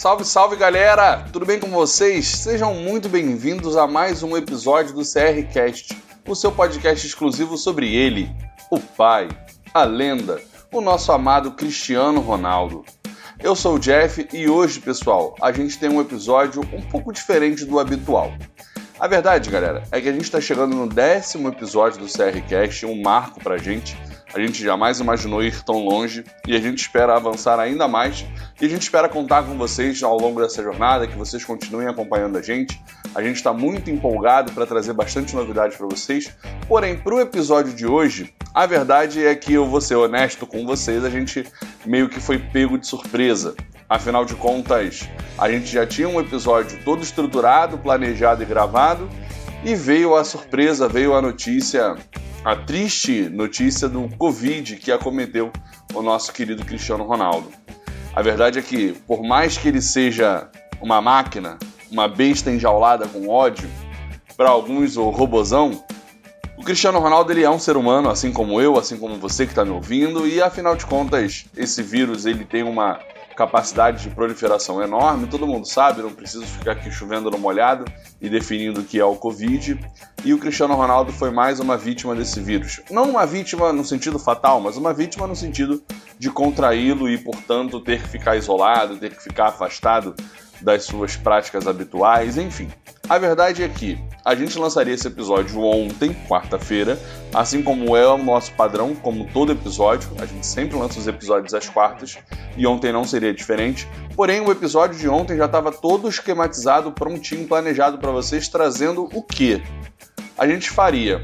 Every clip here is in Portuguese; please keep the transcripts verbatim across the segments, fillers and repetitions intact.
Salve, salve galera! Tudo bem com vocês? Sejam muito bem-vindos a mais um episódio do C R Cast, o seu podcast exclusivo sobre ele, o pai, a lenda, o nosso amado Cristiano Ronaldo. Eu sou o Jeff e hoje, pessoal, a gente tem um episódio um pouco diferente do habitual. A verdade, galera, é que a gente está chegando no décimo episódio do C R Cast, um marco pra gente. A gente jamais imaginou ir tão longe e a gente espera avançar ainda mais e a gente espera contar com vocês ao longo dessa jornada, que vocês continuem acompanhando a gente. A gente está muito empolgado para trazer bastante novidades para vocês, porém, para o episódio de hoje, a verdade é que eu vou ser honesto com vocês, a gente meio que foi pego de surpresa. Afinal de contas, a gente já tinha um episódio todo estruturado, planejado e gravado e veio a surpresa, veio a notícia... a triste notícia do Covid que acometeu o nosso querido Cristiano Ronaldo. A verdade é que, por mais que ele seja uma máquina, uma besta enjaulada com ódio, para alguns o robozão, o Cristiano Ronaldo ele é um ser humano, assim como eu, assim como você que está me ouvindo, e afinal de contas, esse vírus ele tem uma capacidade de proliferação enorme, todo mundo sabe, não preciso ficar aqui chovendo no molhado e definindo o que é o Covid, e o Cristiano Ronaldo foi mais uma vítima desse vírus. Não uma vítima no sentido fatal, mas uma vítima no sentido de contraí-lo e, portanto, ter que ficar isolado, ter que ficar afastado das suas práticas habituais, enfim. A verdade é que a gente lançaria esse episódio ontem, quarta-feira, assim como é o nosso padrão, como todo episódio, a gente sempre lança os episódios às quartas, e ontem não seria diferente, porém o episódio de ontem já estava todo esquematizado, prontinho, planejado para vocês, trazendo o quê? A gente faria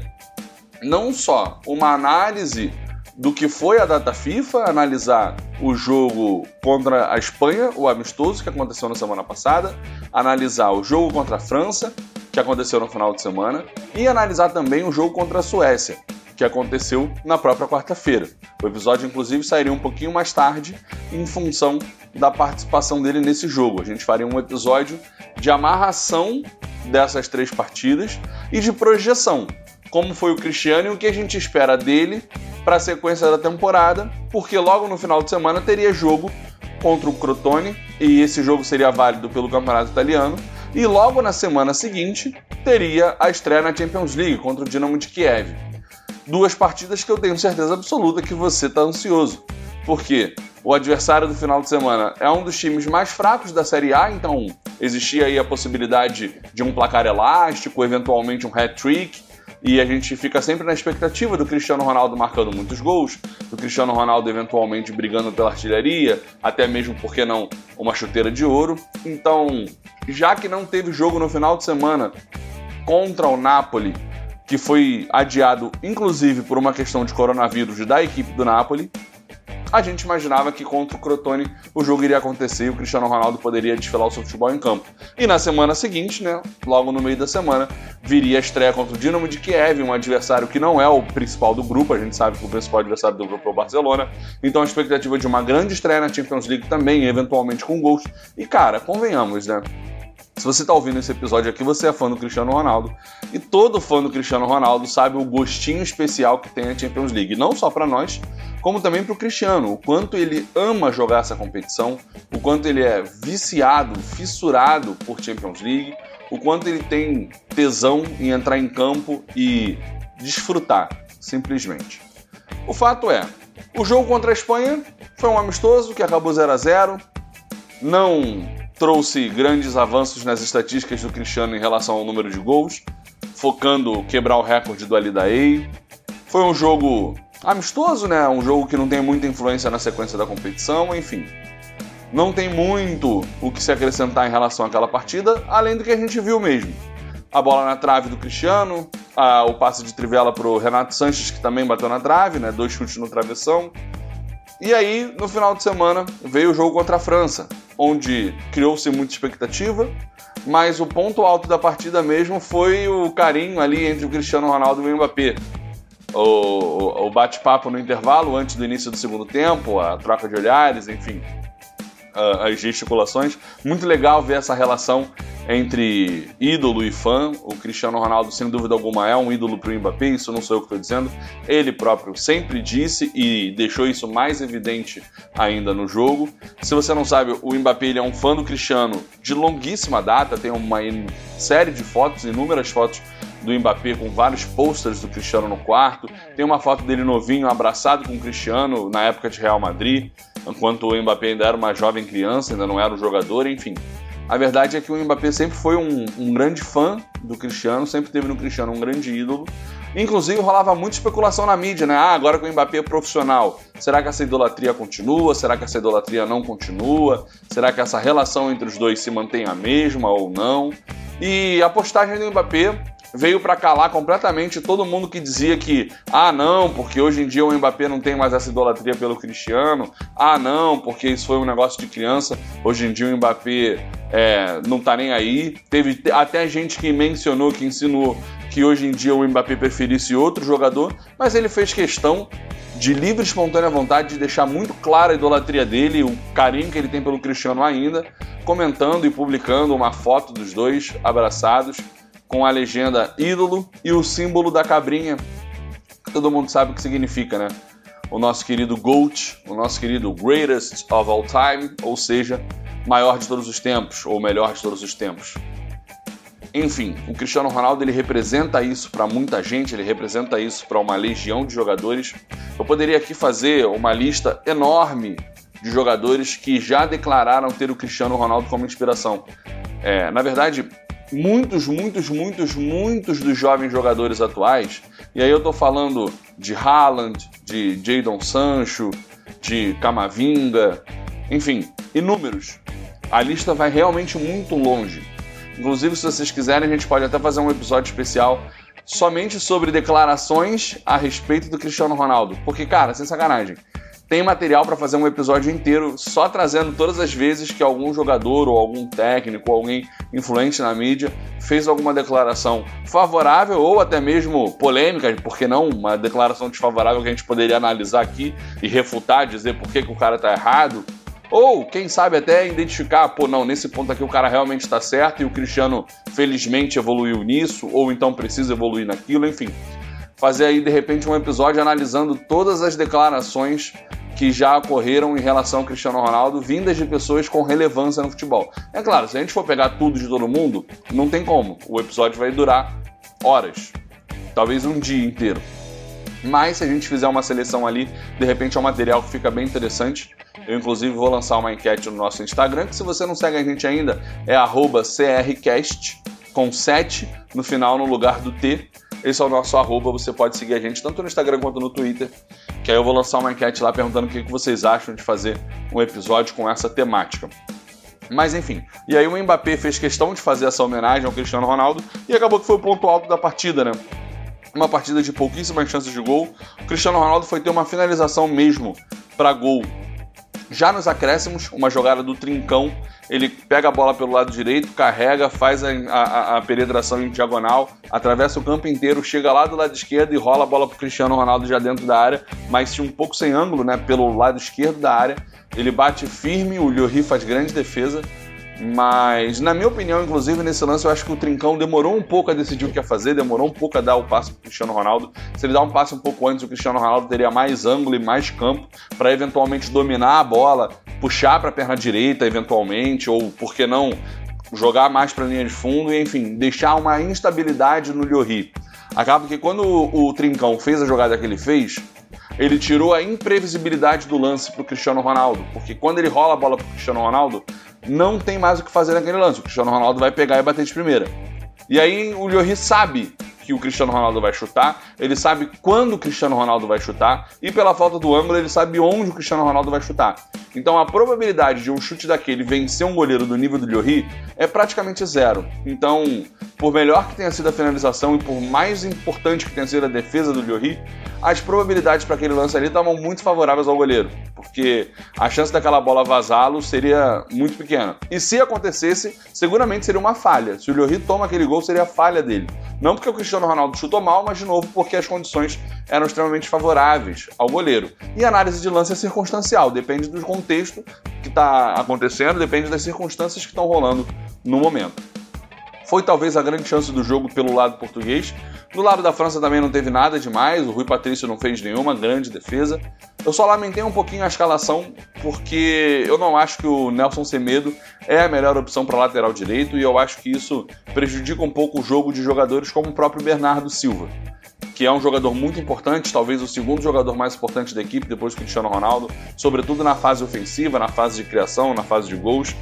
não só uma análise do que foi a data FIFA, analisar o jogo contra a Espanha, o amistoso que aconteceu na semana passada, analisar o jogo contra a França, que aconteceu no final de semana, e analisar também o jogo contra a Suécia, que aconteceu na própria quarta-feira. O episódio, inclusive, sairia um pouquinho mais tarde, em função da participação dele nesse jogo. A gente faria um episódio de amarração dessas três partidas e de projeção, como foi o Cristiano e o que a gente espera dele para a sequência da temporada, porque logo no final de semana teria jogo contra o Crotone, e esse jogo seria válido pelo Campeonato Italiano, e logo na semana seguinte teria a estreia na Champions League contra o Dinamo de Kiev. Duas partidas que eu tenho certeza absoluta que você está ansioso, porque o adversário do final de semana é um dos times mais fracos da Série A, então existia aí a possibilidade de um placar elástico, eventualmente um hat-trick, e a gente fica sempre na expectativa do Cristiano Ronaldo marcando muitos gols, do Cristiano Ronaldo eventualmente brigando pela artilharia, até mesmo, por que não, uma chuteira de ouro. Então, já que não teve jogo no final de semana contra o Napoli, que foi adiado inclusive por uma questão de coronavírus da equipe do Napoli, a gente imaginava que contra o Crotone o jogo iria acontecer e o Cristiano Ronaldo poderia desfilar o seu futebol em campo. E na semana seguinte, né, logo no meio da semana, viria a estreia contra o Dinamo de Kiev, um adversário que não é o principal do grupo, a gente sabe que o principal adversário do grupo é o Barcelona, então a expectativa de uma grande estreia na Champions League também, eventualmente com gols. E cara, convenhamos, né? Se você está ouvindo esse episódio aqui, você é fã do Cristiano Ronaldo, e todo fã do Cristiano Ronaldo sabe o gostinho especial que tem a Champions League, não só para nós, como também para o Cristiano, o quanto ele ama jogar essa competição, o quanto ele é viciado, fissurado por Champions League, o quanto ele tem tesão em entrar em campo e desfrutar, simplesmente. O fato é, o jogo contra a Espanha foi um amistoso que acabou zero a zero, não trouxe grandes avanços nas estatísticas do Cristiano em relação ao número de gols, focando quebrar o recorde do Alidaei. Foi um jogo amistoso, né? Um jogo que não tem muita influência na sequência da competição, enfim. Não tem muito o que se acrescentar em relação àquela partida, além do que a gente viu mesmo. A bola na trave do Cristiano, a, o passe de trivela para o Renato Sanches, que também bateu na trave, né? Dois chutes no travessão. E aí, no final de semana, veio o jogo contra a França, onde criou-se muita expectativa, mas o ponto alto da partida mesmo foi o carinho ali entre o Cristiano Ronaldo e o Mbappé. O, o bate-papo no intervalo, antes do início do segundo tempo, a troca de olhares, enfim. uh, as gesticulações. Muito legal ver essa relação entre ídolo e fã. O Cristiano Ronaldo, sem dúvida alguma, é um ídolo para o Mbappé, isso não sou eu que estou dizendo. Ele próprio sempre disse e deixou isso mais evidente ainda no jogo. Se você não sabe, o Mbappé ele é um fã do Cristiano de longuíssima data, tem uma série de fotos, inúmeras fotos do Mbappé com vários posters do Cristiano no quarto. Tem uma foto dele novinho, abraçado com o Cristiano na época de Real Madrid, enquanto o Mbappé ainda era uma jovem criança, ainda não era um jogador, enfim. A verdade é que o Mbappé sempre foi um, um grande fã do Cristiano, sempre teve no Cristiano um grande ídolo. Inclusive rolava muita especulação na mídia, né? Ah, agora que o Mbappé é profissional, será que essa idolatria continua? Será que essa idolatria não continua? Será que essa relação entre os dois se mantém a mesma ou não? E a postagem do Mbappé veio para calar completamente todo mundo que dizia que ah não, porque hoje em dia o Mbappé não tem mais essa idolatria pelo Cristiano, ah não, porque isso foi um negócio de criança, hoje em dia o Mbappé é, não tá nem aí. Teve até gente que mencionou, que insinuou que hoje em dia o Mbappé preferisse outro jogador, mas ele fez questão de livre e espontânea vontade de deixar muito clara a idolatria dele, o carinho que ele tem pelo Cristiano ainda, comentando e publicando uma foto dos dois abraçados, com a legenda ídolo e o símbolo da cabrinha. Todo mundo sabe o que significa, né? O nosso querido GOAT, o nosso querido Greatest of All Time, ou seja, maior de todos os tempos, ou melhor de todos os tempos. Enfim, o Cristiano Ronaldo ele representa isso para muita gente, ele representa isso para uma legião de jogadores. Eu poderia aqui fazer uma lista enorme de jogadores que já declararam ter o Cristiano Ronaldo como inspiração. É, na verdade, muitos, muitos, muitos, muitos dos jovens jogadores atuais, e aí eu tô falando de Haaland, de Jadon Sancho, de Camavinga, enfim, inúmeros. A lista vai realmente muito longe. Inclusive, se vocês quiserem, a gente pode até fazer um episódio especial somente sobre declarações a respeito do Cristiano Ronaldo. Porque, cara, sem sacanagem, tem material para fazer um episódio inteiro só trazendo todas as vezes que algum jogador ou algum técnico ou alguém influente na mídia fez alguma declaração favorável ou até mesmo polêmica, por que não uma declaração desfavorável que a gente poderia analisar aqui e refutar, dizer por que, que o cara tá errado, ou quem sabe até identificar, pô, não, nesse ponto aqui o cara realmente está certo e o Cristiano felizmente evoluiu nisso, ou então precisa evoluir naquilo, enfim. Fazer aí de repente um episódio analisando todas as declarações que já ocorreram em relação ao Cristiano Ronaldo, vindas de pessoas com relevância no futebol. É claro, se a gente for pegar tudo de todo mundo, não tem como. O episódio vai durar horas, talvez um dia inteiro. Mas se a gente fizer uma seleção ali, de repente é um material que fica bem interessante. Eu inclusive vou lançar uma enquete no nosso Instagram, que se você não segue a gente ainda, é arroba crcast, com sete no final no lugar do T. Esse é o nosso arroba, você pode seguir a gente tanto no Instagram quanto no Twitter, que aí eu vou lançar uma enquete lá perguntando o que vocês acham de fazer um episódio com essa temática. Mas enfim, e aí o Mbappé fez questão de fazer essa homenagem ao Cristiano Ronaldo e acabou que foi o ponto alto da partida, né? Uma partida de pouquíssimas chances de gol. O Cristiano Ronaldo foi ter uma finalização mesmo para gol. Já nos acréscimos, uma jogada do Trincão, ele pega a bola pelo lado direito, carrega, faz a, a, a penetração em diagonal, atravessa o campo inteiro, chega lá do lado esquerdo e rola a bola pro Cristiano Ronaldo já dentro da área, mas um pouco sem ângulo, né, pelo lado esquerdo da área. Ele bate firme, o Lloris faz grande defesa, mas na minha opinião, inclusive nesse lance, eu acho que o Trincão demorou um pouco a decidir o que ia fazer, demorou um pouco a dar o passe pro Cristiano Ronaldo. Se ele dar um passe um pouco antes, o Cristiano Ronaldo teria mais ângulo e mais campo para eventualmente dominar a bola, puxar para a perna direita eventualmente, ou por que não jogar mais para a linha de fundo e, enfim, deixar uma instabilidade no Lloris. Acaba que quando o, o Trincão fez a jogada que ele fez, ele tirou a imprevisibilidade do lance pro Cristiano Ronaldo, porque quando ele rola a bola pro Cristiano Ronaldo, não tem mais o que fazer naquele lance. O Cristiano Ronaldo vai pegar e bater de primeira. E aí o Lloris sabe que o Cristiano Ronaldo vai chutar, ele sabe quando o Cristiano Ronaldo vai chutar, e pela falta do ângulo ele sabe onde o Cristiano Ronaldo vai chutar. Então a probabilidade de um chute daquele vencer um goleiro do nível do Lloris é praticamente zero. Então, por melhor que tenha sido a finalização e por mais importante que tenha sido a defesa do Lloris, as probabilidades para aquele lance ali estavam muito favoráveis ao goleiro. porque a chance daquela bola vazá-lo seria muito pequena. E se acontecesse, seguramente seria uma falha. Se o Lloris toma aquele gol, seria a falha dele. Não porque o Cristiano Ronaldo chutou mal, mas de novo porque as condições eram extremamente favoráveis ao goleiro. E a análise de lance é circunstancial, depende do contexto que está acontecendo, depende das circunstâncias que estão rolando no momento. Foi talvez a grande chance do jogo pelo lado português. Do lado da França também não teve nada demais, o Rui Patrício não fez nenhuma grande defesa. Eu só lamentei um pouquinho a escalação, porque eu não acho que o Nelson Semedo é a melhor opção para lateral direito, e eu acho que isso prejudica um pouco o jogo de jogadores como o próprio Bernardo Silva, que é um jogador muito importante, talvez o segundo jogador mais importante da equipe depois do Cristiano Ronaldo, sobretudo na fase ofensiva, na fase de criação, na fase de gols.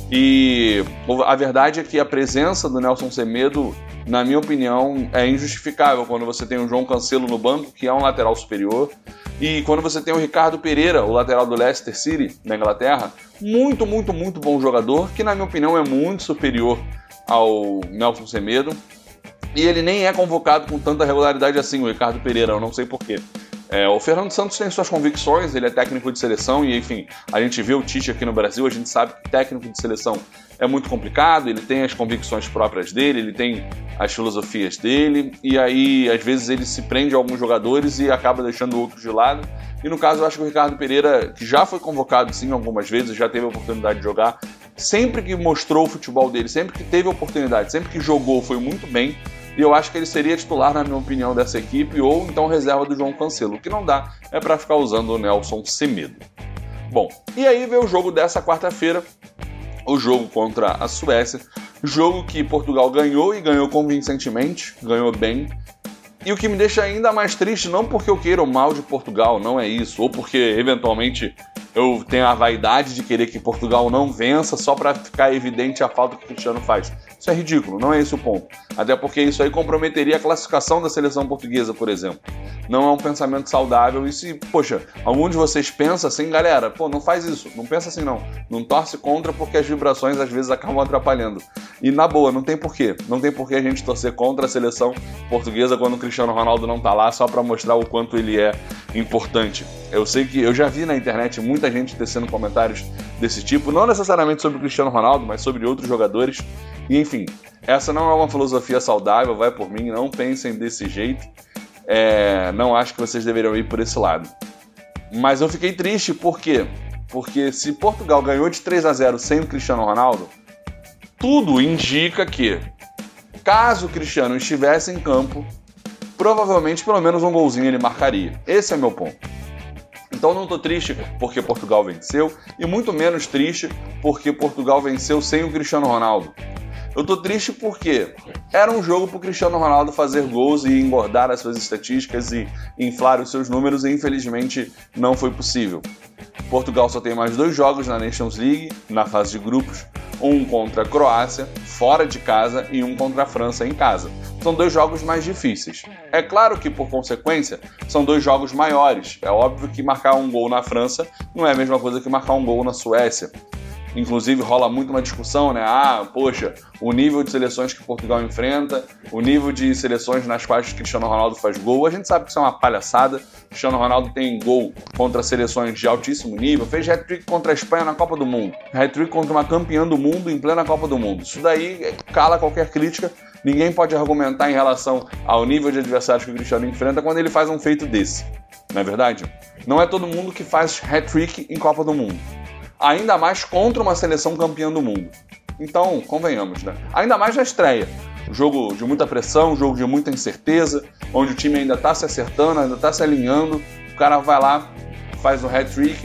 E a verdade é que a presença do Nelson Semedo, na minha opinião, é injustificável quando você tem o João Cancelo no banco, que é um lateral superior, e quando você tem o Ricardo Pereira, o lateral do Leicester City, na Inglaterra, muito, muito, muito bom jogador, que na minha opinião é muito superior ao Nelson Semedo, e ele nem é convocado com tanta regularidade assim, o Ricardo Pereira, eu não sei porquê. É, o Fernando Santos tem suas convicções, ele é técnico de seleção e, enfim, a gente vê o Tite aqui no Brasil, a gente sabe que técnico de seleção é muito complicado, ele tem as convicções próprias dele, ele tem as filosofias dele, e aí, às vezes, ele se prende a alguns jogadores e acaba deixando outros de lado. E, no caso, eu acho que o Ricardo Pereira, que já foi convocado, sim, algumas vezes, já teve a oportunidade de jogar, sempre que mostrou o futebol dele, sempre que teve a oportunidade, sempre que jogou, foi muito bem. E eu acho que ele seria titular, na minha opinião, dessa equipe, ou então reserva do João Cancelo. O que não dá é para ficar usando o Nelson Semedo. Bom, e aí veio o jogo dessa quarta-feira, o jogo contra a Suécia, jogo que Portugal ganhou e ganhou convincentemente, ganhou bem. E o que me deixa ainda mais triste, não porque eu queira o mal de Portugal, não é isso, ou porque, eventualmente, eu tenho a vaidade de querer que Portugal não vença só para ficar evidente a falta que o Cristiano faz. Isso é ridículo, não é esse o ponto. Até porque isso aí comprometeria a classificação da seleção portuguesa, por exemplo. Não é um pensamento saudável. E se, poxa, algum de vocês pensa assim, galera, pô, não faz isso, não pensa assim não. Não torce contra porque as vibrações às vezes acabam atrapalhando. E na boa, não tem porquê. Não tem porquê a gente torcer contra a seleção portuguesa quando o Cristiano Ronaldo não tá lá, só para mostrar o quanto ele é importante. Eu sei que eu já vi na internet muita gente tecendo comentários desse tipo, não necessariamente sobre o Cristiano Ronaldo, mas sobre outros jogadores. E enfim, essa não é uma filosofia saudável, vai por mim, não pensem desse jeito. É, não acho que vocês deveriam ir por esse lado. Mas eu fiquei triste, por quê? Porque se Portugal ganhou de três a zero sem o Cristiano Ronaldo, tudo indica que, caso o Cristiano estivesse em campo, provavelmente pelo menos um golzinho ele marcaria. Esse é meu ponto. Então não estou triste porque Portugal venceu, e muito menos triste porque Portugal venceu sem o Cristiano Ronaldo. Eu tô triste porque era um jogo pro Cristiano Ronaldo fazer gols e engordar as suas estatísticas e inflar os seus números, e infelizmente não foi possível. Portugal só tem mais dois jogos na Nations League, na fase de grupos, um contra a Croácia, fora de casa, e um contra a França em casa. São dois jogos mais difíceis. É claro que, por consequência, são dois jogos maiores. É óbvio que marcar um gol na França não é a mesma coisa que marcar um gol na Suécia. Inclusive rola muito uma discussão, né? Ah, poxa, o nível de seleções que Portugal enfrenta, o nível de seleções nas quais o Cristiano Ronaldo faz gol, a gente sabe que isso é uma palhaçada. O Cristiano Ronaldo tem gol contra seleções de altíssimo nível, fez hat-trick contra a Espanha na Copa do Mundo, hat-trick contra uma campeã do mundo em plena Copa do Mundo. Isso daí cala qualquer crítica, ninguém pode argumentar em relação ao nível de adversários que o Cristiano enfrenta quando ele faz um feito desse, não é verdade? Não é todo mundo que faz hat-trick em Copa do Mundo. Ainda mais contra uma seleção campeã do mundo. Então, convenhamos, né? Ainda mais na estreia. Jogo de muita pressão, jogo de muita incerteza, onde o time ainda tá se acertando, ainda tá se alinhando, o cara vai lá, faz um hat-trick.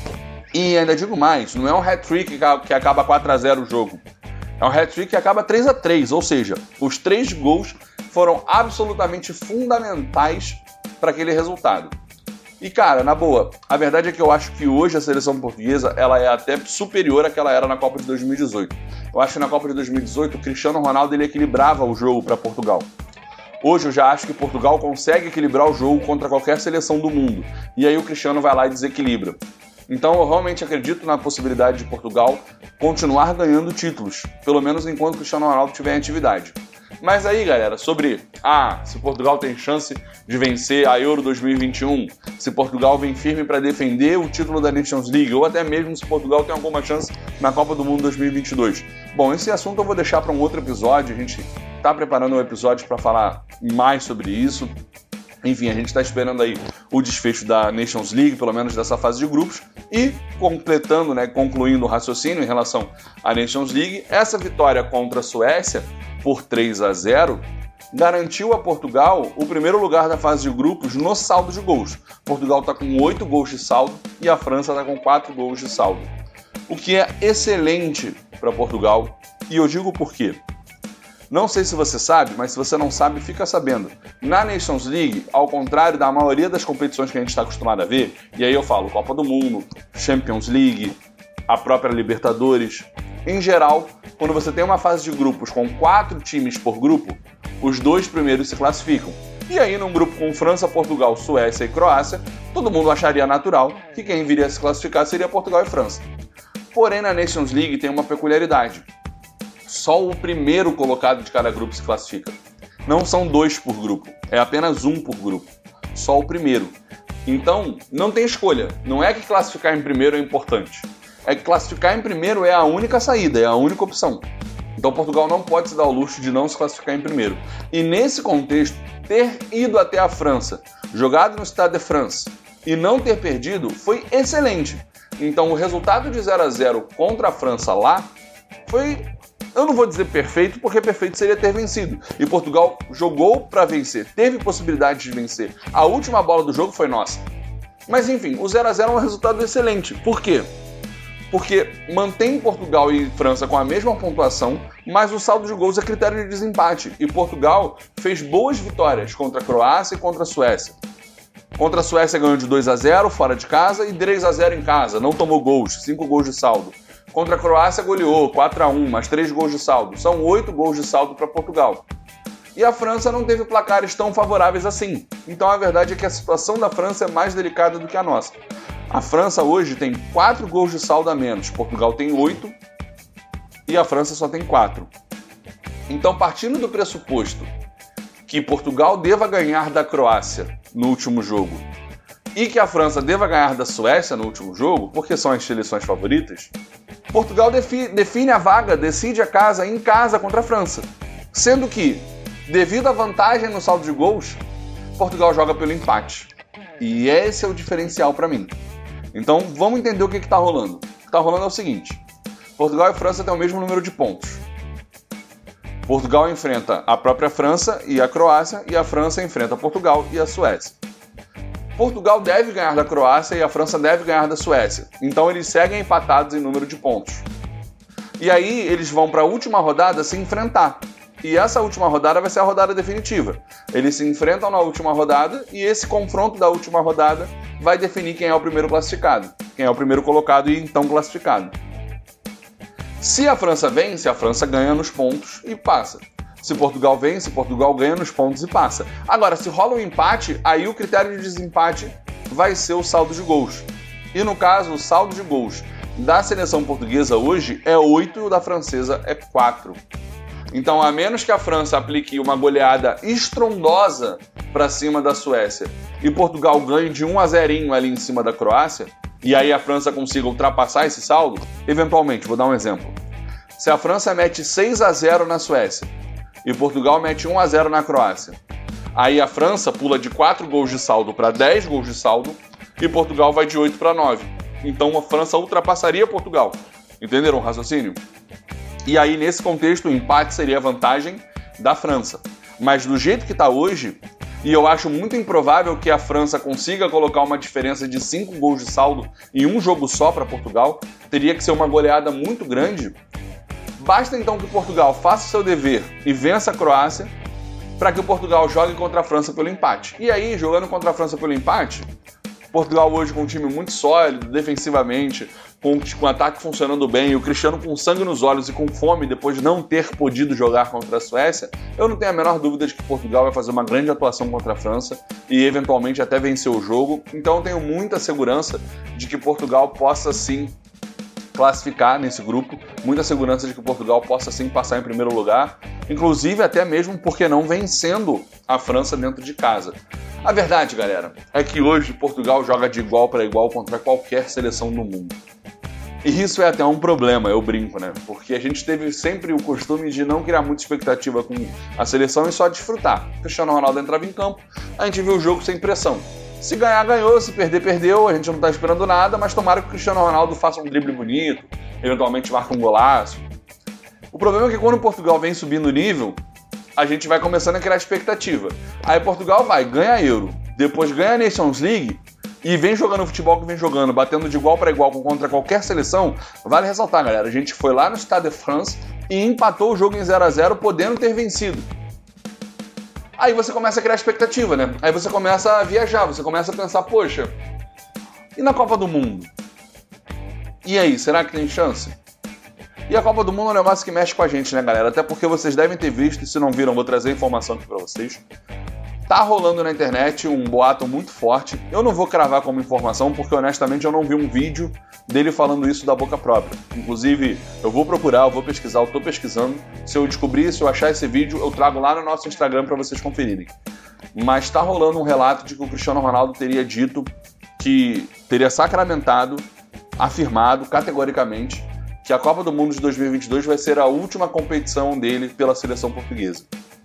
E ainda digo mais, não é um hat-trick que acaba quatro a zero o jogo. É um hat-trick que acaba três a três, ou seja, os três gols foram absolutamente fundamentais para aquele resultado. E cara, na boa, a verdade é que eu acho que hoje a seleção portuguesa ela é até superior à que ela era na Copa de dois mil e dezoito. Eu acho que na Copa de dois mil e dezoito o Cristiano Ronaldo ele equilibrava o jogo para Portugal. Hoje eu já acho que Portugal consegue equilibrar o jogo contra qualquer seleção do mundo. E aí o Cristiano vai lá e desequilibra. Então eu realmente acredito na possibilidade de Portugal continuar ganhando títulos, pelo menos enquanto o Cristiano Ronaldo estiver em atividade. Mas aí, galera, sobre ah, se Portugal tem chance de vencer a Euro dois mil e vinte e um, se Portugal vem firme para defender o título da Nations League, ou até mesmo se Portugal tem alguma chance na Copa do Mundo dois mil e vinte e dois. Bom, esse assunto eu vou deixar para um outro episódio, a gente está preparando um episódio para falar mais sobre isso. Enfim, a gente está esperando aí o desfecho da Nations League, pelo menos dessa fase de grupos, e completando, né, concluindo o raciocínio em relação à Nations League, essa vitória contra a Suécia por três a zero garantiu a Portugal o primeiro lugar da fase de grupos no saldo de gols. Portugal está com oito gols de saldo e a França está com quatro gols de saldo, o que é excelente para Portugal, e eu digo por quê. Não sei se você sabe, mas se você não sabe, fica sabendo. Na Nations League, ao contrário da maioria das competições que a gente está acostumado a ver, e aí eu falo Copa do Mundo, Champions League, a própria Libertadores, em geral, quando você tem uma fase de grupos com quatro times por grupo, os dois primeiros se classificam. E aí, num grupo com França, Portugal, Suécia e Croácia, todo mundo acharia natural que quem viria a se classificar seria Portugal e França. Porém, na Nations League tem uma peculiaridade. Só o primeiro colocado de cada grupo se classifica. Não são dois por grupo, é apenas um por grupo. Só o primeiro. Então, não tem escolha. Não é que classificar em primeiro é importante. É que classificar em primeiro é a única saída, é a única opção. Então, Portugal não pode se dar o luxo de não se classificar em primeiro. E nesse contexto, ter ido até a França, jogado no Stade de France, e não ter perdido foi excelente. Então, o resultado de zero a zero contra a França lá foi... Eu não vou dizer perfeito, porque perfeito seria ter vencido. E Portugal jogou para vencer, teve possibilidade de vencer. A última bola do jogo foi nossa. Mas enfim, o zero a zero é um resultado excelente. Por quê? Porque mantém Portugal e França com a mesma pontuação, mas o saldo de gols é critério de desempate. E Portugal fez boas vitórias contra a Croácia e contra a Suécia. Contra a Suécia ganhou de dois a zero fora de casa e três a zero em casa. Não tomou gols, cinco gols de saldo. Contra a Croácia goleou quatro a um, mais três gols de saldo. São oito gols de saldo para Portugal. E a França não teve placares tão favoráveis assim. Então a verdade é que a situação da França é mais delicada do que a nossa. A França hoje tem quatro gols de saldo a menos. Portugal tem oito e a França só tem quatro. Então, partindo do pressuposto que Portugal deva ganhar da Croácia no último jogo e que a França deva ganhar da Suécia no último jogo, porque são as seleções favoritas, Portugal defi- define a vaga, decide a casa em casa contra a França. Sendo que, devido à vantagem no saldo de gols, Portugal joga pelo empate. E esse é o diferencial para mim. Então vamos entender o que está rolando. O que está rolando é o seguinte: Portugal e França têm o mesmo número de pontos. Portugal enfrenta a própria França e a Croácia, e a França enfrenta Portugal e a Suécia. Portugal deve ganhar da Croácia e a França deve ganhar da Suécia. Então eles seguem empatados em número de pontos. E aí eles vão para a última rodada se enfrentar. E essa última rodada vai ser a rodada definitiva. Eles se enfrentam na última rodada e esse confronto da última rodada vai definir quem é o primeiro classificado, quem é o primeiro colocado e então classificado. Se a França vence, a França ganha nos pontos e passa. Se Portugal vence, Portugal ganha nos pontos e passa. Agora, se rola um empate, aí o critério de desempate vai ser o saldo de gols. E no caso, o saldo de gols da seleção portuguesa hoje é oito e o da francesa é quatro. Então, a menos que a França aplique uma goleada estrondosa para cima da Suécia e Portugal ganhe de um a zero ali em cima da Croácia, e aí a França consiga ultrapassar esse saldo, eventualmente, vou dar um exemplo. Se a França mete seis a zero na Suécia e Portugal mete um a zero na Croácia, aí a França pula de quatro gols de saldo para dez gols de saldo e Portugal vai de oito para nove. Então a França ultrapassaria Portugal. Entenderam o raciocínio? E aí, nesse contexto, o empate seria a vantagem da França. Mas do jeito que está hoje, e eu acho muito improvável que a França consiga colocar uma diferença de cinco gols de saldo em um jogo só para Portugal, teria que ser uma goleada muito grande. Basta então que Portugal faça o seu dever e vença a Croácia para que o Portugal jogue contra a França pelo empate. E aí, jogando contra a França pelo empate, Portugal hoje com um time muito sólido, defensivamente, com o ataque funcionando bem, e o Cristiano com sangue nos olhos e com fome depois de não ter podido jogar contra a Suécia, eu não tenho a menor dúvida de que Portugal vai fazer uma grande atuação contra a França e eventualmente até vencer o jogo. Então eu tenho muita segurança de que Portugal possa sim classificar nesse grupo, muita segurança de que Portugal possa sim passar em primeiro lugar, Inclusive até mesmo porque não vencendo a França dentro de casa. A verdade, galera, é que hoje Portugal joga de igual para igual contra qualquer seleção do mundo. E isso é até um problema, eu brinco, né? Porque a gente teve sempre o costume de não criar muita expectativa com a seleção e só desfrutar. O Cristiano Ronaldo entrava em campo, a gente viu o jogo sem pressão. Se ganhar, ganhou, se perder, perdeu, a gente não tá esperando nada, mas tomara que o Cristiano Ronaldo faça um drible bonito, eventualmente marque um golaço. O problema é que quando Portugal vem subindo o nível, a gente vai começando a criar expectativa. Aí Portugal vai, ganha Euro, depois ganha a Nations League, e vem jogando o futebol que vem jogando, batendo de igual para igual contra qualquer seleção. Vale ressaltar, galera, a gente foi lá no Stade de France e empatou o jogo em zero a zero, podendo ter vencido. Aí você começa a criar expectativa, né? Aí você começa a viajar, você começa a pensar, poxa, e na Copa do Mundo? E aí, será que tem chance? E a Copa do Mundo é um negócio que mexe com a gente, né, galera? Até porque vocês devem ter visto, e se não viram, vou trazer a informação aqui pra vocês. Tá rolando na internet um boato muito forte. Eu não vou cravar como informação, porque honestamente eu não vi um vídeo dele falando isso da boca própria. Inclusive, eu vou procurar, eu vou pesquisar, eu tô pesquisando. Se eu descobrir, se eu achar esse vídeo, eu trago lá no nosso Instagram para vocês conferirem. Mas tá rolando um relato de que o Cristiano Ronaldo teria dito que teria sacramentado, afirmado categoricamente que a Copa do Mundo de dois mil e vinte e dois vai ser a última competição dele pela seleção portuguesa.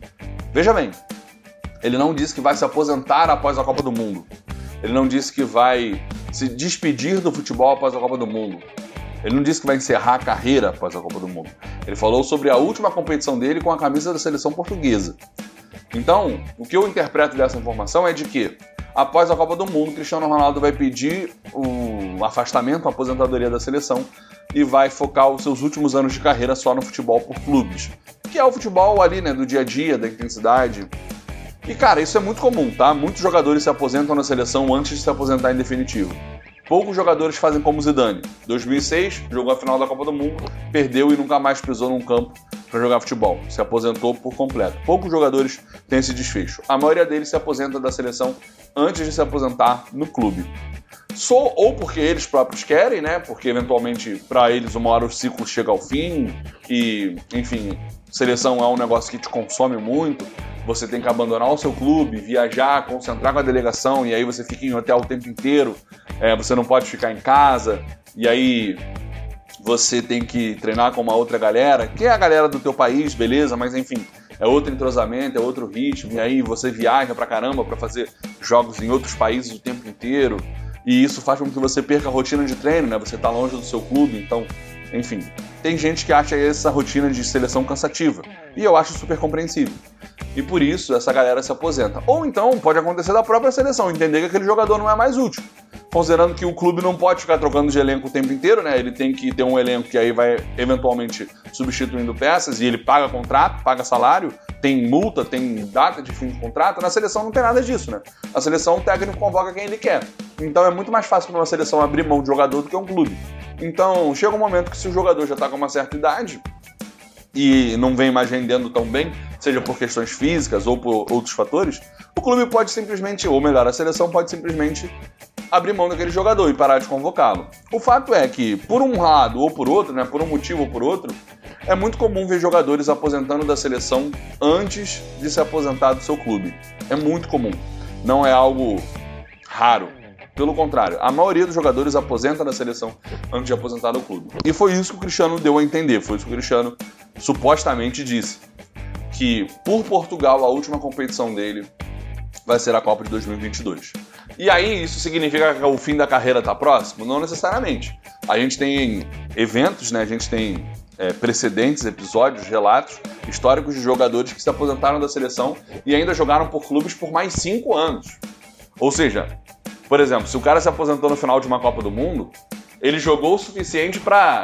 Veja bem, ele não disse que vai se aposentar após a Copa do Mundo. Ele não disse que vai se despedir do futebol após a Copa do Mundo. Ele não disse que vai encerrar a carreira após a Copa do Mundo. Ele falou sobre a última competição dele com a camisa da seleção portuguesa. Então, o que eu interpreto dessa informação é de que, após a Copa do Mundo, Cristiano Ronaldo vai pedir o afastamento, a aposentadoria da seleção e vai focar os seus últimos anos de carreira só no futebol por clubes. Que é o futebol ali, né, do dia a dia, da intensidade. E, cara, isso é muito comum, tá? Muitos jogadores se aposentam na seleção antes de se aposentar em definitivo. Poucos jogadores fazem como Zidane. dois mil e seis, jogou a final da Copa do Mundo, perdeu e nunca mais pisou num campo para jogar futebol. Se aposentou por completo. Poucos jogadores têm esse desfecho. A maioria deles se aposenta da seleção antes de se aposentar no clube. Só, ou porque eles próprios querem, né? Porque eventualmente para eles uma hora o ciclo chega ao fim e, enfim, seleção é um negócio que te consome muito. Você tem que abandonar o seu clube, viajar, concentrar com a delegação, e aí você fica em hotel o tempo inteiro, é, você não pode ficar em casa, e aí você tem que treinar com uma outra galera, que é a galera do teu país, beleza, mas enfim, é outro entrosamento, é outro ritmo, e aí você viaja pra caramba pra fazer jogos em outros países o tempo inteiro, e isso faz com que você perca a rotina de treino, né? Você tá longe do seu clube, então, enfim, tem gente que acha essa rotina de seleção cansativa, e eu acho super compreensível. E por isso essa galera se aposenta. Ou então pode acontecer da própria seleção, entender que aquele jogador não é mais útil. Considerando que o clube não pode ficar trocando de elenco o tempo inteiro, né? Ele tem que ter um elenco que aí vai eventualmente substituindo peças e ele paga contrato, paga salário, tem multa, tem data de fim de contrato. Na seleção não tem nada disso, né? Na seleção o técnico convoca quem ele quer. Então é muito mais fácil para uma seleção abrir mão de jogador do que um clube. Então chega um momento que se o jogador já está com uma certa idade e não vem mais rendendo tão bem, seja por questões físicas ou por outros fatores, o clube pode simplesmente, ou melhor, a seleção pode simplesmente abrir mão daquele jogador e parar de convocá-lo. O fato é que, por um lado ou por outro, né, por um motivo ou por outro, é muito comum ver jogadores aposentando da seleção antes de se aposentar do seu clube. É muito comum. Não é algo raro. Pelo contrário, a maioria dos jogadores aposenta da seleção antes de aposentar do clube. E foi isso que o Cristiano deu a entender, foi isso que o Cristiano supostamente disse. Que, por Portugal, a última competição dele vai ser a Copa de dois mil e vinte e dois. E aí, isso significa que o fim da carreira está próximo? Não necessariamente. A gente tem eventos, né? A gente tem é, precedentes, episódios, relatos históricos de jogadores que se aposentaram da seleção e ainda jogaram por clubes por mais cinco anos. Ou seja, por exemplo, se o cara se aposentou no final de uma Copa do Mundo, ele jogou o suficiente para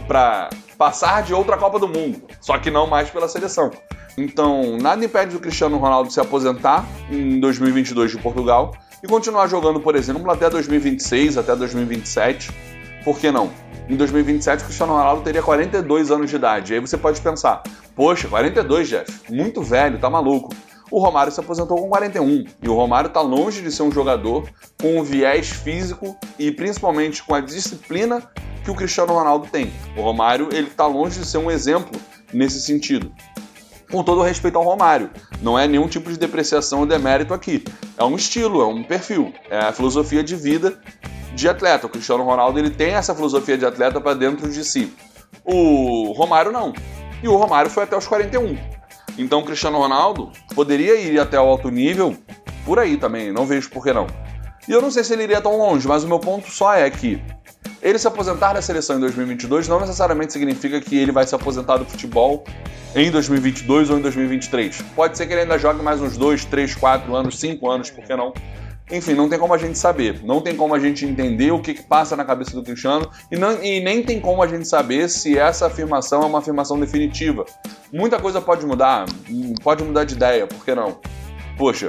passar de outra Copa do Mundo, só que não mais pela seleção. Então, nada impede o Cristiano Ronaldo se aposentar em dois mil e vinte e dois de Portugal e continuar jogando, por exemplo, até dois mil e vinte e seis, até dois mil e vinte e sete. Por que não? Em dois mil e vinte e sete, o Cristiano Ronaldo teria quarenta e dois anos de idade. E aí você pode pensar, poxa, quarenta e dois, Jeff, muito velho, tá maluco. O Romário se aposentou com quarenta e um, e o Romário tá longe de ser um jogador com o viés físico e principalmente com a disciplina que o Cristiano Ronaldo tem. O Romário, ele tá longe de ser um exemplo nesse sentido. Com todo o respeito ao Romário. Não é nenhum tipo de depreciação ou demérito aqui. É um estilo, é um perfil. É a filosofia de vida de atleta. O Cristiano Ronaldo ele tem essa filosofia de atleta para dentro de si. O Romário não. E o Romário foi até os quarenta e um. Então o Cristiano Ronaldo poderia ir até o alto nível por aí também. Não vejo por que não. E eu não sei se ele iria tão longe, mas o meu ponto só é que ele se aposentar da seleção em dois mil e vinte e dois não necessariamente significa que ele vai se aposentar do futebol em dois mil e vinte e dois ou em dois mil e vinte e três. Pode ser que ele ainda jogue mais uns dois, três, quatro anos, cinco anos, por que não? Enfim, não tem como a gente saber. Não tem como a gente entender o que, que passa na cabeça do Cristiano e, não, e nem tem como a gente saber se essa afirmação é uma afirmação definitiva. Muita coisa pode mudar, pode mudar de ideia, por que não? Poxa,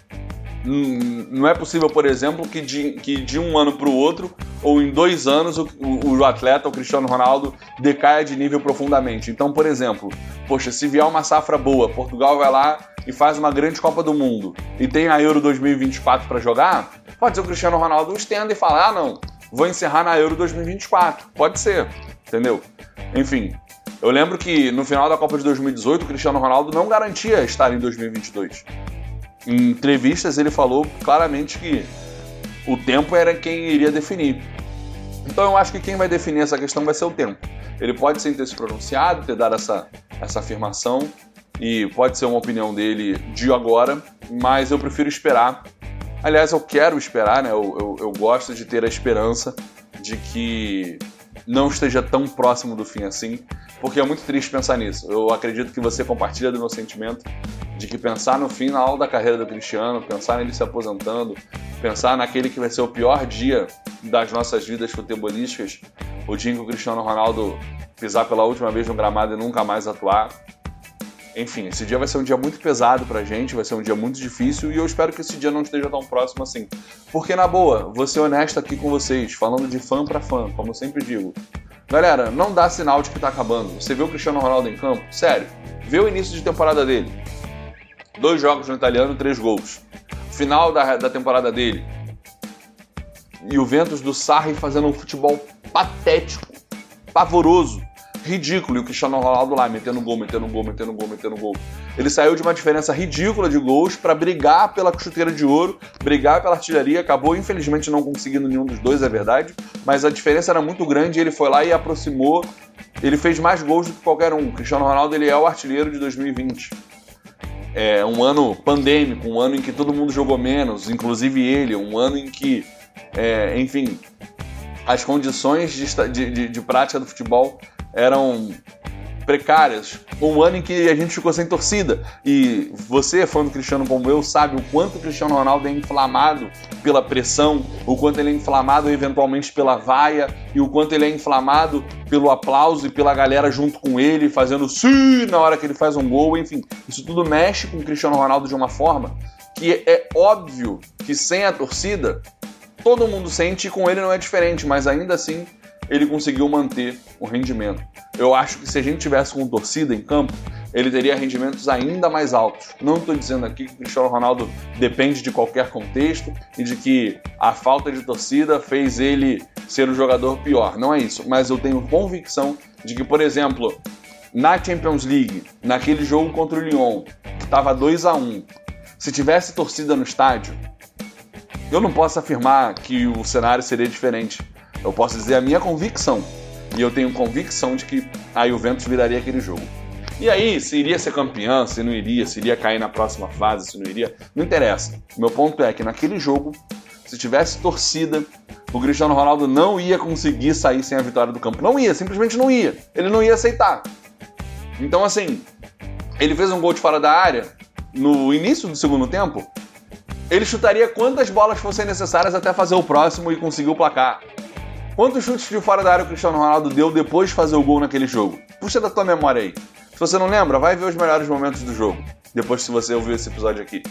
não é possível, por exemplo, que de, que de um ano para o outro, ou em dois anos, o, o, o atleta, o Cristiano Ronaldo, decaia de nível profundamente. Então, por exemplo, poxa, se vier uma safra boa, Portugal vai lá e faz uma grande Copa do Mundo, e tem a Euro dois mil e vinte e quatro para jogar, pode ser o Cristiano Ronaldo estenda e fala, ah não, vou encerrar na Euro dois mil e vinte e quatro. Pode ser, entendeu? Enfim, eu lembro que no final da Copa de dois mil e dezoito, o Cristiano Ronaldo não garantia estar em dois mil e vinte e dois. Em entrevistas ele falou claramente que o tempo era quem iria definir. Então eu acho que quem vai definir essa questão vai ser o tempo. Ele pode sim ter se pronunciado, ter dado essa, essa afirmação, e pode ser uma opinião dele de agora, mas eu prefiro esperar. Aliás, eu quero esperar, né? Eu, eu, eu gosto de ter a esperança de que não esteja tão próximo do fim assim, porque é muito triste pensar nisso. Eu acredito que você compartilha do meu sentimento de que pensar no final da carreira do Cristiano, pensar nele se aposentando, pensar naquele que vai ser o pior dia das nossas vidas futebolísticas, o dia em que o Cristiano Ronaldo pisar pela última vez no gramado e nunca mais atuar. Enfim, esse dia vai ser um dia muito pesado pra gente, vai ser um dia muito difícil, e eu espero que esse dia não esteja tão próximo assim. Porque, na boa, vou ser honesto aqui com vocês, falando de fã pra fã, como eu sempre digo. Galera, não dá sinal de que tá acabando. Você vê o Cristiano Ronaldo em campo? Sério, vê o início de temporada dele. Dois jogos no italiano, três gols. Final da, da temporada dele. E o Juventus do Sarri fazendo um futebol patético, pavoroso, ridículo. E o Cristiano Ronaldo lá, metendo gol, metendo gol, metendo gol, metendo gol. Ele saiu de uma diferença ridícula de gols para brigar pela chuteira de ouro, brigar pela artilharia. Acabou, infelizmente, não conseguindo nenhum dos dois, é verdade. Mas a diferença era muito grande e ele foi lá e aproximou. Ele fez mais gols do que qualquer um. O Cristiano Ronaldo ele é o artilheiro de dois mil e vinte. É um ano pandêmico, um ano em que todo mundo jogou menos, inclusive ele, um ano em que, é, enfim, as condições de, de, de prática do futebol eram precárias, um ano em que a gente ficou sem torcida, e você, fã do Cristiano como eu, sabe o quanto o Cristiano Ronaldo é inflamado pela pressão, o quanto ele é inflamado eventualmente pela vaia, e o quanto ele é inflamado pelo aplauso e pela galera junto com ele, fazendo sim na hora que ele faz um gol. Enfim, isso tudo mexe com o Cristiano Ronaldo de uma forma que é óbvio que sem a torcida todo mundo sente, e com ele não é diferente, mas ainda assim ele conseguiu manter o rendimento. Eu acho que se a gente tivesse com torcida em campo, ele teria rendimentos ainda mais altos. Não estou dizendo aqui que o Cristiano Ronaldo depende de qualquer contexto e de que a falta de torcida fez ele ser um jogador pior. Não é isso. Mas eu tenho convicção de que, por exemplo, na Champions League, naquele jogo contra o Lyon, que estava dois a um, se tivesse torcida no estádio, eu não posso afirmar que o cenário seria diferente. Eu posso dizer a minha convicção. E eu tenho convicção de que a Juventus viraria aquele jogo. E aí, se iria ser campeã, se não iria, se iria cair na próxima fase, se não iria, não interessa. O meu ponto é que naquele jogo, se tivesse torcida, o Cristiano Ronaldo não ia conseguir sair sem a vitória do campo. Não ia, simplesmente não ia. Ele não ia aceitar. Então, assim, ele fez um gol de fora da área no início do segundo tempo. Ele chutaria quantas bolas fossem necessárias até fazer o próximo e conseguir o placar. Quantos chutes de fora da área o Cristiano Ronaldo deu depois de fazer o gol naquele jogo? Puxa da tua memória aí. Se você não lembra, vai ver os melhores momentos do jogo, depois que você ouviu esse episódio aqui.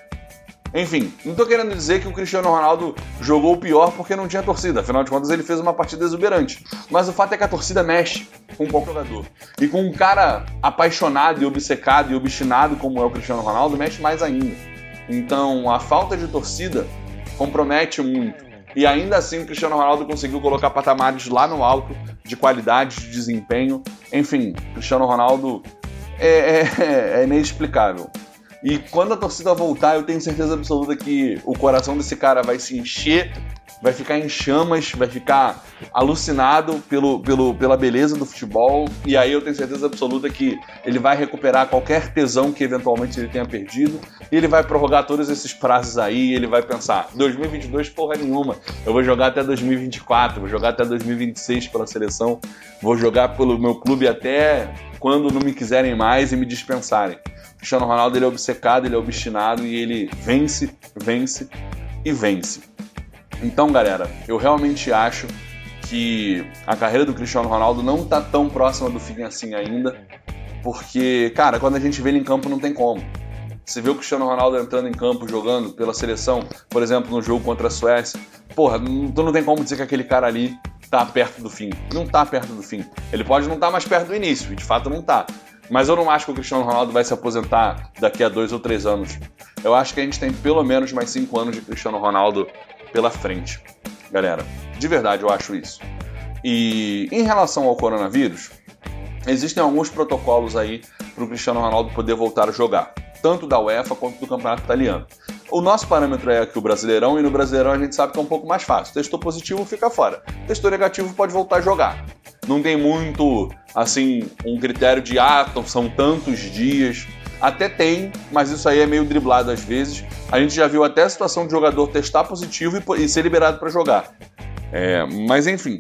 Enfim, não tô querendo dizer que o Cristiano Ronaldo jogou pior porque não tinha torcida. Afinal de contas, ele fez uma partida exuberante. Mas o fato é que a torcida mexe com qualquer jogador. E com um cara apaixonado e obcecado e obstinado como é o Cristiano Ronaldo, mexe mais ainda. Então, a falta de torcida compromete muito. E ainda assim o Cristiano Ronaldo conseguiu colocar patamares lá no alto de qualidade, de desempenho. Enfim, o Cristiano Ronaldo é, é, é inexplicável. E quando a torcida voltar, eu tenho certeza absoluta que o coração desse cara vai se encher, vai ficar em chamas, vai ficar alucinado pelo, pelo, pela beleza do futebol, e aí eu tenho certeza absoluta que ele vai recuperar qualquer tesão que eventualmente ele tenha perdido, e ele vai prorrogar todos esses prazos aí, e ele vai pensar, dois mil e vinte e dois porra nenhuma, eu vou jogar até dois mil e vinte e quatro, vou jogar até dois mil e vinte e seis pela seleção, vou jogar pelo meu clube até quando não me quiserem mais e me dispensarem. O Cristiano Ronaldo, ele é obcecado, ele é obstinado, e ele vence, vence e vence. Então, galera, eu realmente acho que a carreira do Cristiano Ronaldo não tá tão próxima do fim assim ainda, porque, cara, quando a gente vê ele em campo não tem como. Você vê o Cristiano Ronaldo entrando em campo, jogando pela seleção, por exemplo, no jogo contra a Suécia, porra, tu não tem como dizer que aquele cara ali tá perto do fim. Não tá perto do fim. Ele pode não estar mais perto do início, e de fato não tá. Mas eu não acho que o Cristiano Ronaldo vai se aposentar daqui a dois ou três anos. Eu acho que a gente tem pelo menos mais cinco anos de Cristiano Ronaldo pela frente, galera. De verdade, eu acho isso. E em relação ao coronavírus, existem alguns protocolos aí para o Cristiano Ronaldo poder voltar a jogar, tanto da UEFA quanto do Campeonato Italiano. O nosso parâmetro é aqui o Brasileirão, e no Brasileirão a gente sabe que é um pouco mais fácil. Testou positivo, fica fora. Testou negativo, pode voltar a jogar. Não tem muito, assim, um critério de, ah, são tantos dias. Até tem, mas isso aí é meio driblado às vezes. A gente já viu até a situação de jogador testar positivo e, e ser liberado para jogar. É, mas enfim,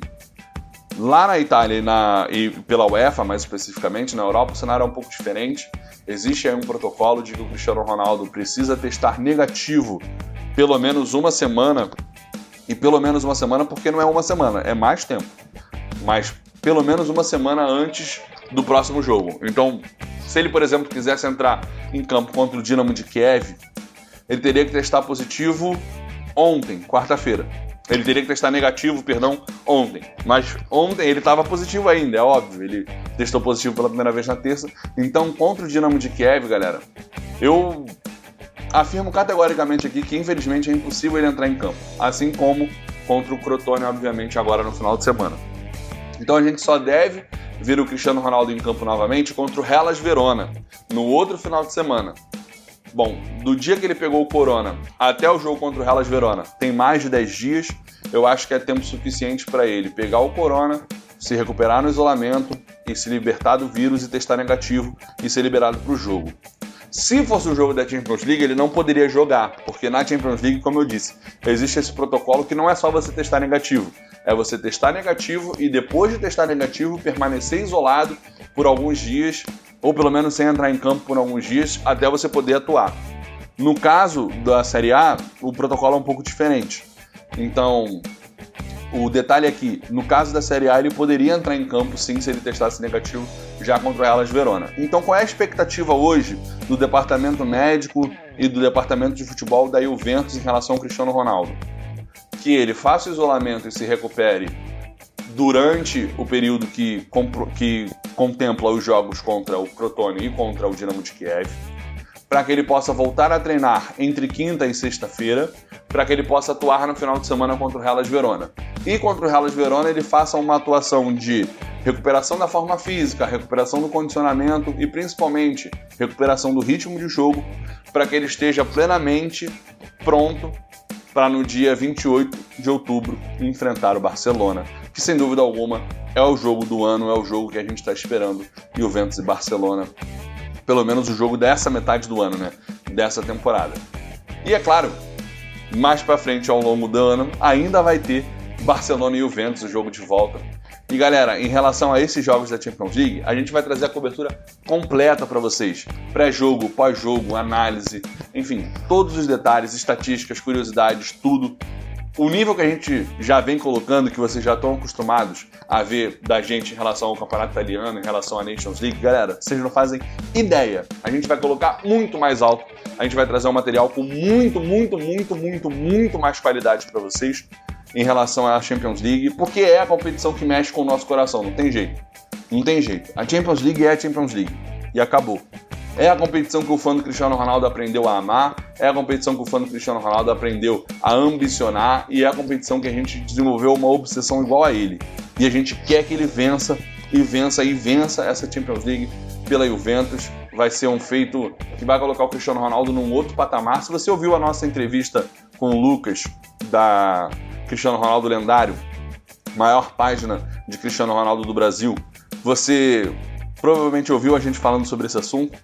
lá na Itália e, na, e pela UEFA, mais especificamente, na Europa, o cenário é um pouco diferente. Existe aí um protocolo de que o Cristiano Ronaldo precisa testar negativo pelo menos uma semana. E pelo menos uma semana porque não é uma semana, é mais tempo. Mas pelo menos uma semana antes do próximo jogo. Então, se ele, por exemplo, quisesse entrar em campo contra o Dinamo de Kiev, ele teria que testar positivo ontem, quarta-feira. Ele teria que testar negativo, perdão, ontem. Mas ontem ele estava positivo ainda, é óbvio. Ele testou positivo pela primeira vez na terça. Então, contra o Dinamo de Kiev, galera, eu afirmo categoricamente aqui que, infelizmente, é impossível ele entrar em campo. Assim como contra o Crotone, obviamente, agora no final de semana. Então, a gente só deve ver o Cristiano Ronaldo em campo novamente contra o Hellas Verona, no outro final de semana. Bom, do dia que ele pegou o Corona até o jogo contra o Hellas Verona, tem mais de dez dias, eu acho que é tempo suficiente para ele pegar o Corona, se recuperar no isolamento e se libertar do vírus e testar negativo e ser liberado para o jogo. Se fosse um jogo da Champions League, ele não poderia jogar, porque na Champions League, como eu disse, existe esse protocolo que não é só você testar negativo, é você testar negativo e depois de testar negativo, permanecer isolado por alguns dias, ou pelo menos sem entrar em campo por alguns dias, até você poder atuar. No caso da Série A, o protocolo é um pouco diferente. Então, o detalhe aqui, no caso da Série A, ele poderia entrar em campo sim, se ele testasse negativo, já contra o Hellas Verona. Então, qual é a expectativa hoje do departamento médico e do departamento de futebol da Juventus em relação ao Cristiano Ronaldo? Que ele faça o isolamento e se recupere durante o período que, que contempla os jogos contra o Crotone e contra o Dinamo de Kiev, para que ele possa voltar a treinar entre quinta e sexta-feira, para que ele possa atuar no final de semana contra o Hellas Verona. E contra o Hellas Verona ele faça uma atuação de recuperação da forma física, recuperação do condicionamento e principalmente recuperação do ritmo de jogo, para que ele esteja plenamente pronto para no dia vinte e oito de outubro enfrentar o Barcelona, que sem dúvida alguma é o jogo do ano, é o jogo que a gente está esperando, Juventus e Barcelona, pelo menos o jogo dessa metade do ano, né? Dessa temporada. E é claro, mais para frente ao longo do ano ainda vai ter Barcelona e Juventus, o jogo de volta. E galera, em relação a esses jogos da Champions League, a gente vai trazer a cobertura completa para vocês. Pré-jogo, pós-jogo, análise, enfim, todos os detalhes, estatísticas, curiosidades, tudo. O nível que a gente já vem colocando, que vocês já estão acostumados a ver da gente em relação ao Campeonato Italiano, em relação à Nations League, galera, vocês não fazem ideia. A gente vai colocar muito mais alto, a gente vai trazer um material com muito, muito, muito, muito, muito mais qualidade para vocês em relação à Champions League, porque é a competição que mexe com o nosso coração, não tem jeito. Não tem jeito. A Champions League é a Champions League. E acabou. É a competição que o fã do Cristiano Ronaldo aprendeu a amar, é a competição que o fã do Cristiano Ronaldo aprendeu a ambicionar e é a competição que a gente desenvolveu uma obsessão igual a ele. E a gente quer que ele vença, e vença, e vença essa Champions League pela Juventus. Vai ser um feito que vai colocar o Cristiano Ronaldo num outro patamar. Se você ouviu a nossa entrevista com o Lucas, da Cristiano Ronaldo Lendário, maior página de Cristiano Ronaldo do Brasil, você provavelmente ouviu a gente falando sobre esse assunto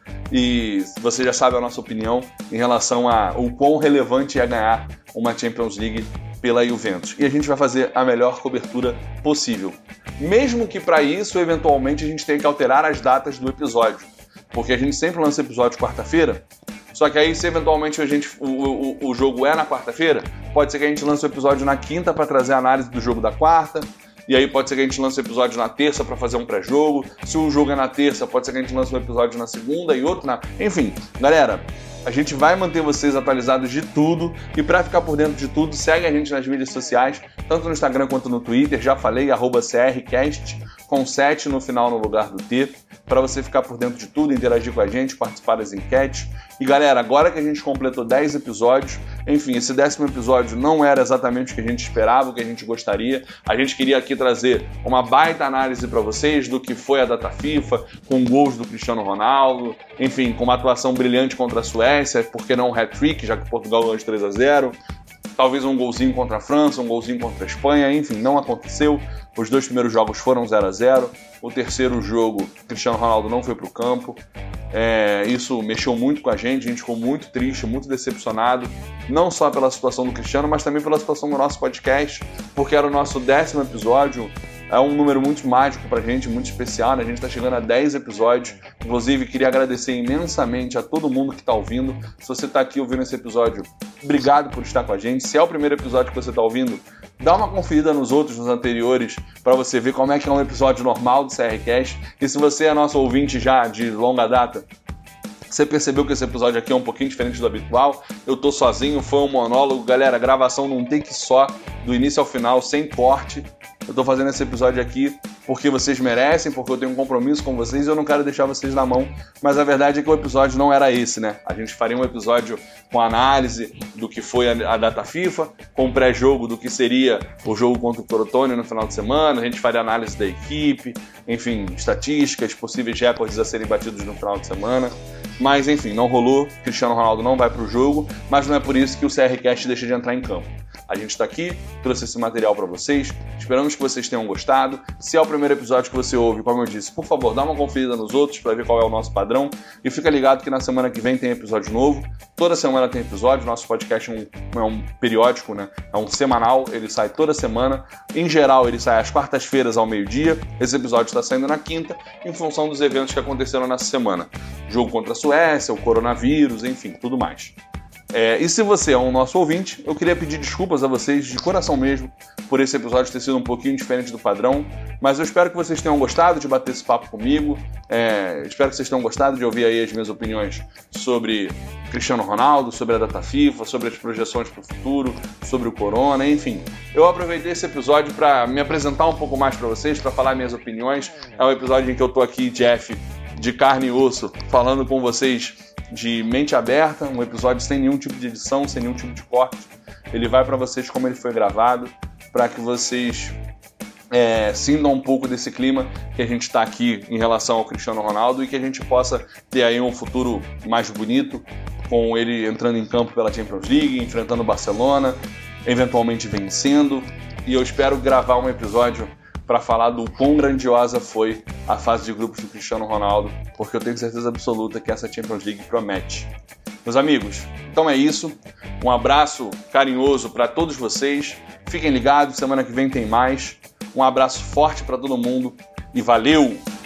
e você já sabe a nossa opinião em relação ao quão relevante é ganhar uma Champions League pela Juventus. E a gente vai fazer a melhor cobertura possível. Mesmo que para isso, eventualmente, a gente tenha que alterar as datas do episódio. Porque a gente sempre lança episódio quarta-feira, só que aí se eventualmente a gente, o, o, o jogo é na quarta-feira, pode ser que a gente lance o episódio na quinta para trazer a análise do jogo da quarta, e aí pode ser que a gente lance o episódio na terça para fazer um pré-jogo. Se o jogo é na terça, pode ser que a gente lance um episódio na segunda e outro na... Enfim, galera, a gente vai manter vocês atualizados de tudo, e para ficar por dentro de tudo, segue a gente nas mídias sociais, tanto no Instagram quanto no Twitter, já falei, arroba crcast, com sete no final no lugar do T, para você ficar por dentro de tudo, interagir com a gente, participar das enquetes. E galera, agora que a gente completou dez episódios, enfim, esse décimo episódio não era exatamente o que a gente esperava, o que a gente gostaria. A gente queria aqui trazer uma baita análise para vocês do que foi a data FIFA, com gols do Cristiano Ronaldo, enfim, com uma atuação brilhante contra a Suécia, por que não um hat-trick, já que Portugal ganhou de três a zero. Talvez um golzinho contra a França, um golzinho contra a Espanha, enfim, não aconteceu. Os dois primeiros jogos foram zero a zero. O terceiro jogo, Cristiano Ronaldo não foi para o campo. É, isso mexeu muito com a gente, a gente ficou muito triste, muito decepcionado, não só pela situação do Cristiano, mas também pela situação do nosso podcast, porque era o nosso décimo episódio. É um número muito mágico pra gente, muito especial, né? A gente tá chegando a dez episódios. Inclusive, queria agradecer imensamente a todo mundo que tá ouvindo. Se você tá aqui ouvindo esse episódio, obrigado por estar com a gente. Se é o primeiro episódio que você tá ouvindo, dá uma conferida nos outros, nos anteriores, para você ver como é que é um episódio normal do CRCast. E se você é nosso ouvinte já de longa data, você percebeu que esse episódio aqui é um pouquinho diferente do habitual. Eu tô sozinho, foi um monólogo. Galera, gravação num take só, do início ao final, sem corte. Eu tô fazendo esse episódio aqui porque vocês merecem, porque eu tenho um compromisso com vocês e eu não quero deixar vocês na mão. Mas a verdade é que o episódio não era esse, né? A gente faria um episódio com análise do que foi a data FIFA, com pré-jogo do que seria o jogo contra o Crotone no final de semana. A gente faria análise da equipe, enfim, estatísticas, possíveis recordes a serem batidos no final de semana. Mas, enfim, não rolou. Cristiano Ronaldo não vai pro jogo, mas não é por isso que o CRCast deixa de entrar em campo. A gente está aqui, trouxe esse material para vocês, esperamos que vocês tenham gostado. Se é o primeiro episódio que você ouve, como eu disse, por favor, dá uma conferida nos outros para ver qual é o nosso padrão. E fica ligado que na semana que vem tem episódio novo. Toda semana tem episódio, nosso podcast é um, é um periódico, né? É um semanal, ele sai toda semana. Em geral, ele sai às quartas-feiras ao meio-dia. Esse episódio está saindo na quinta, em função dos eventos que aconteceram nessa semana. Jogo contra a Suécia, o coronavírus, enfim, tudo mais. É, e se você é um nosso ouvinte, eu queria pedir desculpas a vocês, de coração mesmo, por esse episódio ter sido um pouquinho diferente do padrão, mas eu espero que vocês tenham gostado de bater esse papo comigo, é, espero que vocês tenham gostado de ouvir aí as minhas opiniões sobre Cristiano Ronaldo, sobre a data FIFA, sobre as projeções para o futuro, sobre o Corona, enfim. Eu aproveitei esse episódio para me apresentar um pouco mais para vocês, para falar minhas opiniões. É um episódio em que eu tô aqui, Jeff, de carne e osso, falando com vocês de mente aberta, um episódio sem nenhum tipo de edição, sem nenhum tipo de corte. Ele vai para vocês como ele foi gravado, para que vocês é, sintam um pouco desse clima que a gente está aqui em relação ao Cristiano Ronaldo e que a gente possa ter aí um futuro mais bonito, com ele entrando em campo pela Champions League, enfrentando o Barcelona, eventualmente vencendo. E eu espero gravar um episódio para falar do quão grandiosa foi a fase de grupos do Cristiano Ronaldo, porque eu tenho certeza absoluta que essa Champions League promete. Meus amigos, então é isso. Um abraço carinhoso para todos vocês. Fiquem ligados, semana que vem tem mais. Um abraço forte para todo mundo e valeu!